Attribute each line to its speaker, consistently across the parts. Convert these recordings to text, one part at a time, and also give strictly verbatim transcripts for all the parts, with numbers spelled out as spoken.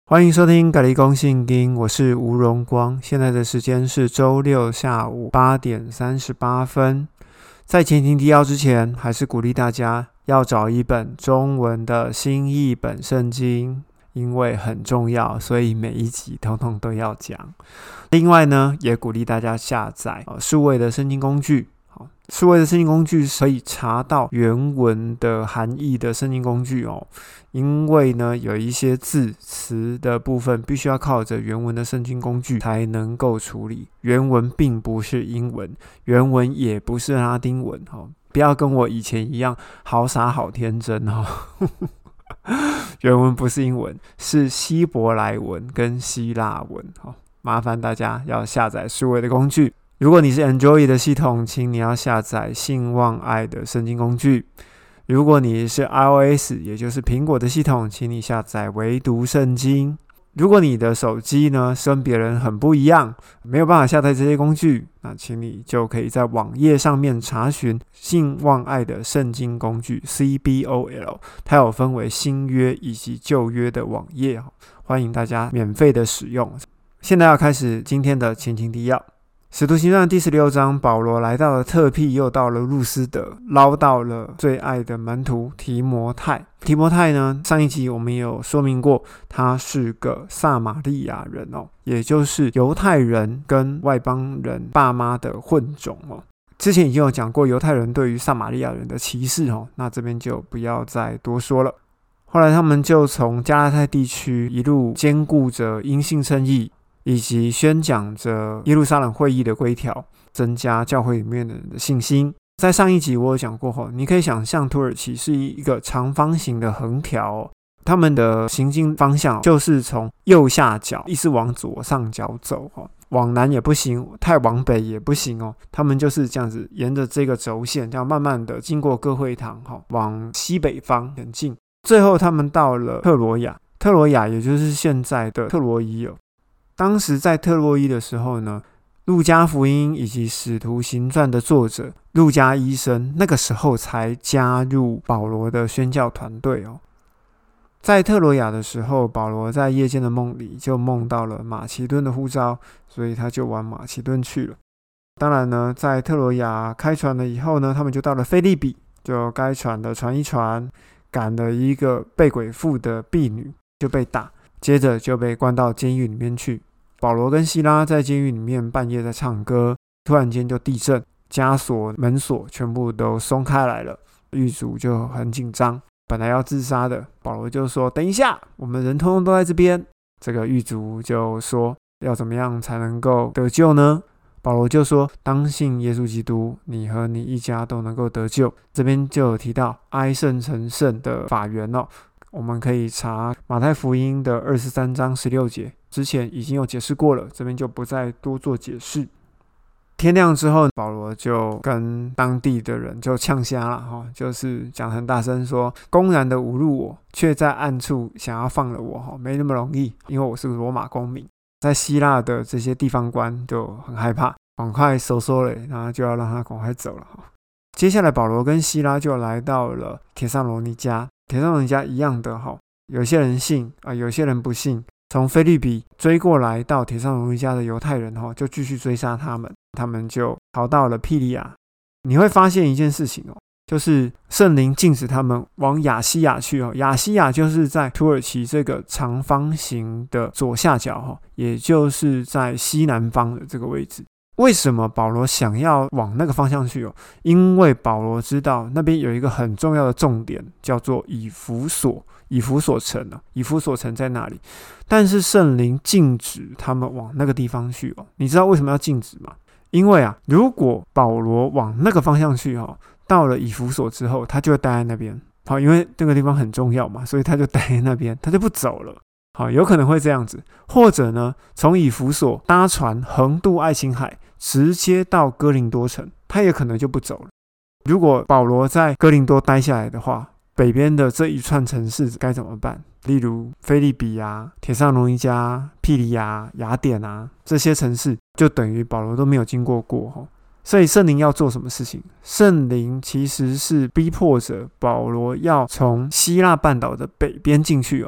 Speaker 1: 欢迎收听《咖喱公信经》，我是吴荣光。现在的时间是周六下午八点三十八分。在前情提要之前，还是鼓励大家要找一本中文的新译本圣经，因为很重要，所以每一集统统都要讲。另外呢，也鼓励大家下载数位的圣经工具。数位的圣经工具可以查到原文的含义的圣经工具哦，因为呢有一些字词的部分必须要靠着原文的圣经工具才能够处理。原文并不是英文，原文也不是拉丁文哦，不要跟我以前一样好傻好天真哦。原文不是英文，是希伯来文跟希腊文哦，麻烦大家要下载数位的工具。如果你是 Android 的系统，请你要下载信望爱的圣经工具。如果你是 iOS 也就是苹果的系统，请你下载唯读圣经。如果你的手机呢跟别人很不一样，没有办法下载这些工具，那请你就可以在网页上面查询信望爱的圣经工具 C B O L， 它有分为新约以及旧约的网页，欢迎大家免费的使用。现在要开始今天的前情提要。使徒行传第十六章，保罗来到了特庇，又到了路斯德，捞到了最爱的门徒提摩太。提摩太呢，上一集我们也有说明过，他是个撒玛利亚人哦，也就是犹太人跟外邦人爸妈的混种哦。之前已经有讲过犹太人对于撒玛利亚人的歧视哦，那这边就不要再多说了。后来他们就从加拉太地区一路兼顾着因信称义，以及宣讲着耶路撒冷会议的规条，增加教会里面的人的信心。在上一集我有讲过，你可以想象土耳其是一个长方形的横条，他们的行进方向就是从右下角一直往左上角走，往南也不行，太往北也不行哦，他们就是这样子沿着这个轴线，这样慢慢的经过各会堂，往西北方前进。最后他们到了特罗亚，特罗亚也就是现在的特罗伊尔。当时在特洛伊的时候呢，路加福音以及使徒行传的作者路加医生那个时候才加入保罗的宣教团队哦。在特罗亚的时候，保罗在夜间的梦里就梦到了马其顿的呼召，所以他就往马其顿去了。当然呢，在特罗亚开船了以后呢，他们就到了腓立比，就该船的船一船，赶了一个被鬼附的婢女就被打，接着就被关到监狱里面去。保罗跟希拉在监狱里面半夜在唱歌，突然间就地震，枷锁门锁全部都松开来了，狱卒就很紧张，本来要自杀的，保罗就说等一下，我们人通通都在这边。这个狱卒就说要怎么样才能够得救呢？保罗就说当信耶稣基督，你和你一家都能够得救。这边就有提到哀胜成圣的法源哦，我们可以查马太福音的二十三章十六节，之前已经有解释过了，这边就不再多做解释。天亮之后，保罗就跟当地的人就呛瞎了，就是讲很大声说，公然的侮辱我，却在暗处想要放了我，没那么容易，因为我是罗马公民。在希腊的这些地方官就很害怕，赶快收收了，然后就要让他赶快走了。接下来保罗跟希拉就来到了帖撒罗尼迦，帖撒罗尼迦一样的，有些人信、呃、有些人不信。从腓立比追过来到帖撒罗尼迦的犹太人就继续追杀他们，他们就逃到了庇利亚。你会发现一件事情哦，就是圣灵禁止他们往亚西亚去哦。亚西亚就是在土耳其这个长方形的左下角，也就是在西南方的这个位置。为什么保罗想要往那个方向去哦？因为保罗知道那边有一个很重要的重点，叫做以弗所。以弗所城啊，以弗所城在哪里？但是圣灵禁止他们往那个地方去哦。你知道为什么要禁止吗？因为啊，如果保罗往那个方向去哦，到了以弗所之后，他就会待在那边。好，因为这个地方很重要嘛，所以他就待在那边，他就不走了。好，有可能会这样子，或者呢，从以弗所搭船横渡爱琴海，直接到哥林多城，他也可能就不走了。如果保罗在哥林多待下来的话，北边的这一串城市该怎么办？例如腓立比啊、帖撒罗尼迦、庇利亚、雅典啊，这些城市就等于保罗都没有经过过。所以圣灵要做什么事情？圣灵其实是逼迫着保罗要从希腊半岛的北边进去哦，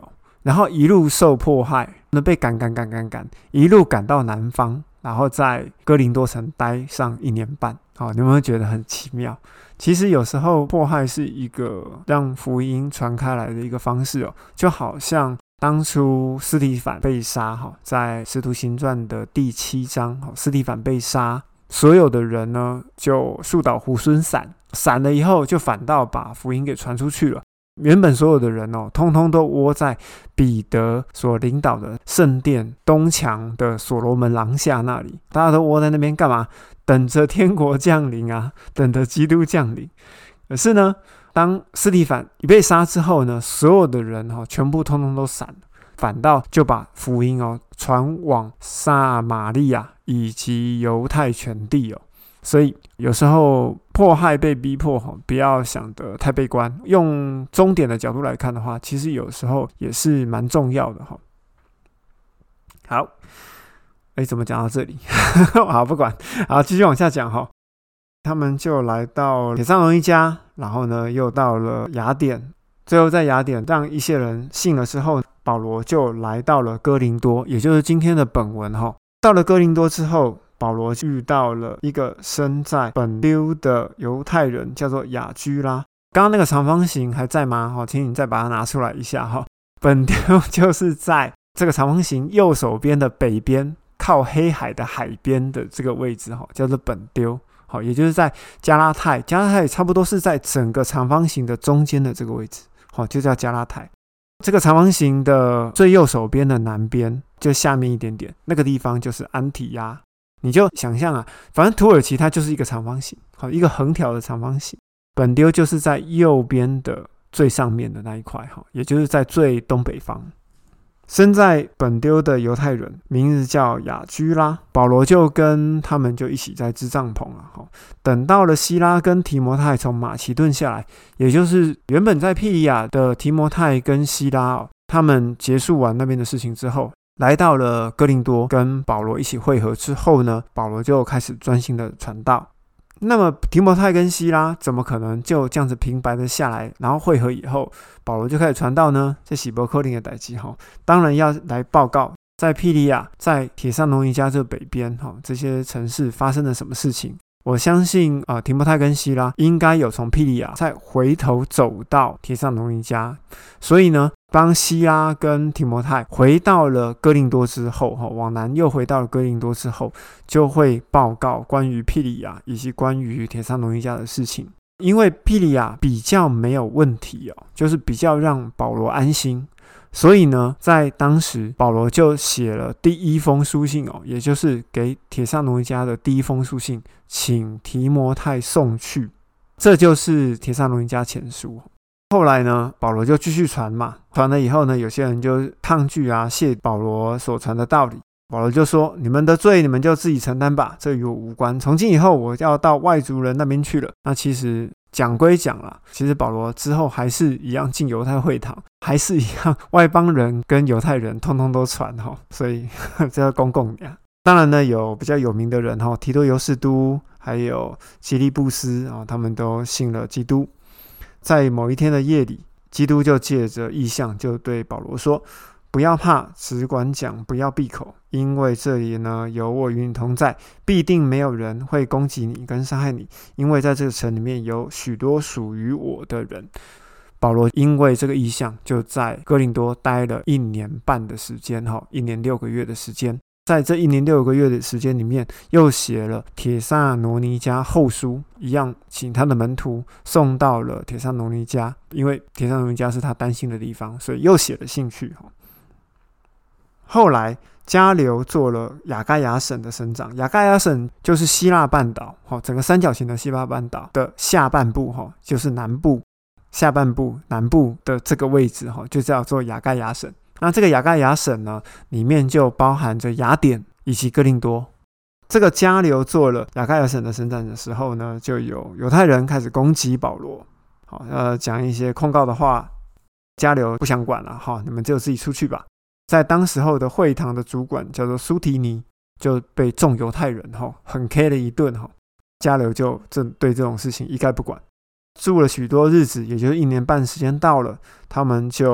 Speaker 1: 然后一路受迫害，被赶赶赶赶赶，一路赶到南方，然后在哥林多城待上一年半。好，你有没有觉得很奇妙？其实有时候迫害是一个让福音传开来的一个方式哦，就好像当初司提反被杀，在使徒行传的第七章，司提反被杀，所有的人呢就树倒猢狲散，散了以后就反倒把福音给传出去了。原本所有的人哦，通通都窝在彼得所领导的圣殿东墙的所罗门廊下那里，大家都窝在那边干嘛？等着天国降临啊，等着基督降临。可是呢，当司提反一被杀之后呢，所有的人哦，全部通通都散了，反倒就把福音哦传往撒玛利亚以及犹太全地哦。所以有时候迫害被逼迫，不要想得太悲观，用终点的角度来看的话，其实有时候也是蛮重要的。好，哎，怎么讲到这里？好，不管，好，继续往下讲。他们就来到帖撒罗尼迦，然后呢又到了雅典，最后在雅典让一些人信了之后，保罗就来到了哥林多，也就是今天的本文。到了哥林多之后，保罗遇到了一个身在本丢的犹太人，叫做雅居拉。刚刚那个长方形还在吗？请你再把它拿出来一下。本丢就是在这个长方形右手边的北边，靠黑海的海边的这个位置，叫做本丢。也就是在加拉太，加拉太差不多是在整个长方形的中间的这个位置，就叫加拉太。这个长方形的最右手边的南边，就下面一点点，那个地方就是安提亚。你就想象啊，反正土耳其它就是一个长方形，一个横条的长方形。本丢就是在右边的最上面的那一块，也就是在最东北方。身在本丢的犹太人名字叫雅居拉，保罗就跟他们就一起在支帐篷了。等到了希拉跟提摩太从马其顿下来，也就是原本在庇里亚的提摩太跟希拉，他们结束完那边的事情之后，来到了哥林多，跟保罗一起会合之后呢，保罗就开始专心的传道。那么提摩太跟希拉怎么可能就这样子平白的下来，然后会合以后保罗就开始传道呢？这是不可能的事情，当然要来报告在庇里亚，在帖撒罗尼迦这北边这些城市发生了什么事情。我相信、呃、提摩太跟希拉应该有从庇里亚再回头走到帖撒罗尼迦，所以呢帮希拉跟提摩太回到了哥林多之后，往南又回到了哥林多之后，就会报告关于庇里亚以及关于帖撒罗尼迦的事情。因为庇里亚比较没有问题、哦、就是比较让保罗安心，所以呢在当时保罗就写了第一封书信、哦、也就是给帖撒罗尼迦的第一封书信，请提摩太送去，这就是帖撒罗尼迦前书。后来呢保罗就继续传嘛，传了以后呢有些人就抗拒啊，谢保罗所传的道理。保罗就说，你们的罪你们就自己承担吧，这与我无关，从今以后我要到外族人那边去了。那其实讲归讲啦，其实保罗之后还是一样进犹太会堂，还是一样外邦人跟犹太人通通都传，所以这叫公共的。当然呢有比较有名的人，提多犹士都还有基利布斯，他们都信了基督。在某一天的夜里，基督就借着异象就对保罗说，不要怕，只管讲，不要闭口，因为这里呢有我与你同在，必定没有人会攻击你跟伤害你，因为在这个城里面有许多属于我的人。保罗因为这个异象就在哥林多待了一年半的时间，一年六个月的时间。在这一年六个月的时间里面，又写了帖撒罗尼迦后书，一样请他的门徒送到了帖撒罗尼迦，因为帖撒罗尼迦是他担心的地方，所以又写了信去。后来迦流做了亚该亚省的省长，亚该亚省就是希腊半岛，整个三角形的希腊半岛的下半部，就是南部下半部南部的这个位置，就叫做亚该亚省。那这个亚该亚省呢，里面就包含着雅典以及哥林多。这个迦流做了亚该亚省的省长的时候呢，就有犹太人开始攻击保罗，好，呃，讲一些控告的话。迦流不想管了，好，你们就自己出去吧。在当时候的会堂的主管叫做苏提尼，就被众犹太人很 K 了一顿，迦流就对这种事情一概不管。住了许多日子，也就是一年半时间到了，他们就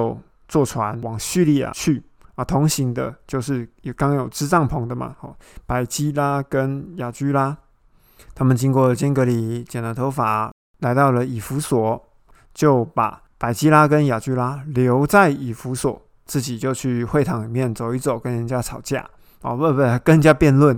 Speaker 1: 坐船往叙利亚去啊。同行的就是有刚刚有支帐篷的嘛，哦，百基拉跟雅居拉，他们经过了坚革哩，剪了头发，来到了以弗所，就把百基拉跟雅居拉留在以弗所，自己就去会堂里面走一走，跟人家吵架哦，不不，跟人家辩论。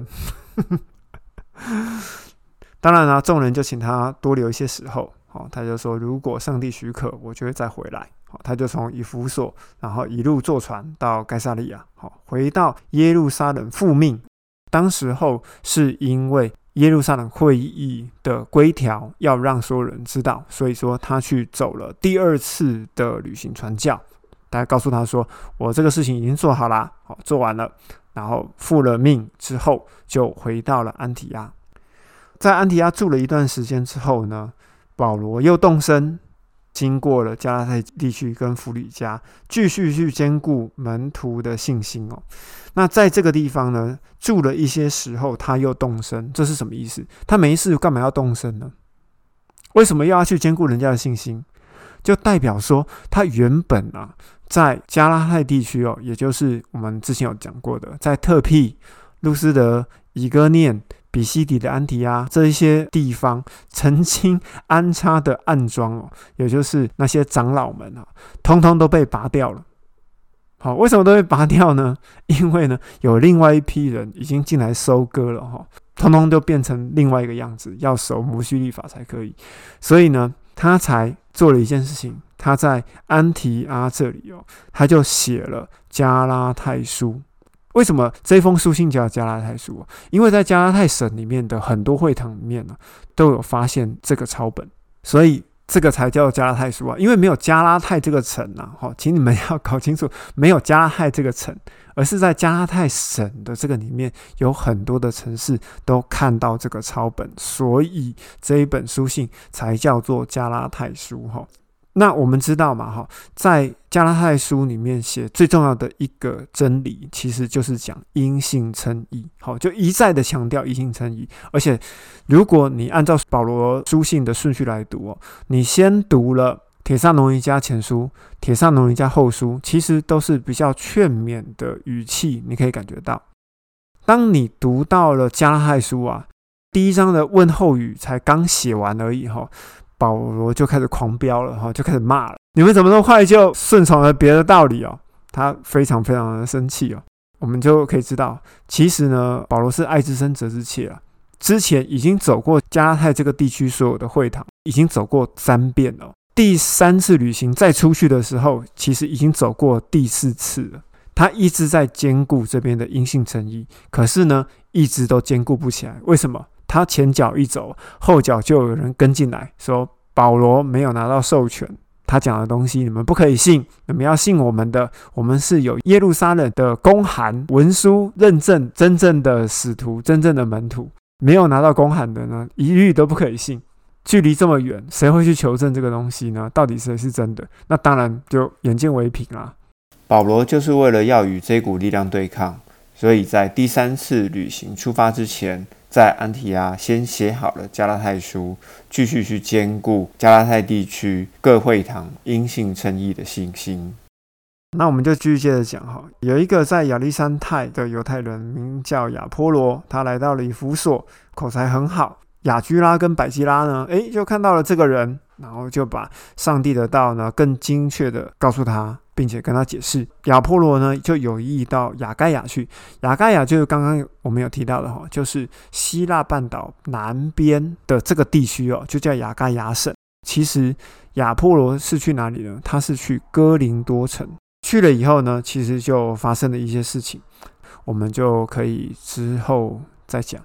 Speaker 1: 当然啦，众人就请他多留一些时候，哦，他就说如果上帝许可，我就会再回来。哦，他就从以弗所，然后一路坐船到该撒利亚，哦，回到耶路撒冷复命。当时候是因为耶路撒冷会议的规条要让所有人知道，所以说他去走了第二次的旅行传教。大家告诉他说，我这个事情已经做好了，好，做完了，然后复了命之后就回到了安提阿。在安提阿住了一段时间之后呢，保罗又动身经过了加拉太地区跟弗吕家，继续去兼顾门徒的信心哦。那在这个地方呢，住了一些时候，他又动身，这是什么意思？他没事干嘛要动身呢？为什么又要去兼顾人家的信心？就代表说，他原本啊，在加拉太地区哦，也就是我们之前有讲过的，在特庇、路斯德、以哥念、比西底的安提阿这一些地方，曾经安插的暗桩哦，也就是那些长老们啊，通通都被拔掉了。好，为什么都被拔掉呢？因为呢，有另外一批人已经进来收割了哈，通通都变成另外一个样子，要守摩西律法才可以。所以呢，他才做了一件事情，他在安提阿这里哦，他就写了加拉太书。为什么这封书信叫加拉太书啊？因为在加拉太省里面的很多会堂里面呢，都有发现这个抄本，所以这个才叫加拉太书啊。因为没有加拉太这个城啊，请你们要搞清楚，没有加拉太这个城，而是在加拉太省的这个里面有很多的城市都看到这个抄本，所以这一本书信才叫做加拉太书哈。那我们知道嘛，在加拉太书里面写最重要的一个真理，其实就是讲因信称义，就一再的强调因信称义。而且如果你按照保罗书信的顺序来读，你先读了帖撒罗尼迦前书、帖撒罗尼迦后书，其实都是比较劝勉的语气，你可以感觉到。当你读到了加拉太书啊，第一章的问候语才刚写完而已，保罗就开始狂飙了，就开始骂了，你们怎么那么快就顺从了别的道理哦？他非常非常的生气哦。我们就可以知道，其实呢，保罗是爱之深责之切了。之前已经走过加拉太这个地区所有的会堂，已经走过三遍了。第三次旅行再出去的时候，其实已经走过第四次了。他一直在兼顾这边的因信称义，可是呢，一直都兼顾不起来。为什么？他前脚一走，后脚就有人跟进来说，保罗没有拿到授权，他讲的东西你们不可以信，你们要信我们的，我们是有耶路撒冷的公函文书认证真正的使徒，真正的门徒，没有拿到公函的呢，一律都不可以信。距离这么远，谁会去求证这个东西呢？到底谁是真的？那当然就眼见为凭啦。
Speaker 2: 保罗就是为了要与这股力量对抗，所以在第三次旅行出发之前，在安提阿先写好了加拉太书，继续去兼顾加拉太地区各会堂因信称义的信心。
Speaker 1: 那我们就继续接着讲哈，有一个在亚历山太的犹太人名叫亚波罗，他来到了以弗所，口才很好。雅居拉跟百基拉呢，诶，就看到了这个人，然后就把上帝的道呢更精确的告诉他，并且跟他解释。亚波罗呢就有意到亚该亚去，亚该亚就是刚刚我们有提到的哈，就是希腊半岛南边的这个地区哦，就叫亚该亚省。其实亚波罗是去哪里呢？他是去哥林多城。去了以后呢，其实就发生了一些事情，我们就可以之后再讲。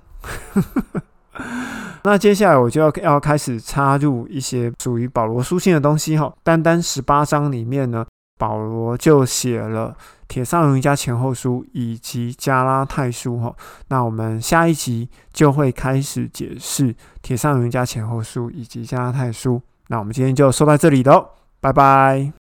Speaker 1: 那接下来我就要要开始插入一些属于保罗书信的东西哈。单单十八章里面呢，保罗就写了帖撒罗尼迦前后书以及加拉太书哈。那我们下一集就会开始解释帖撒罗尼迦前后书以及加拉太书。那我们今天就说到这里喽，拜拜。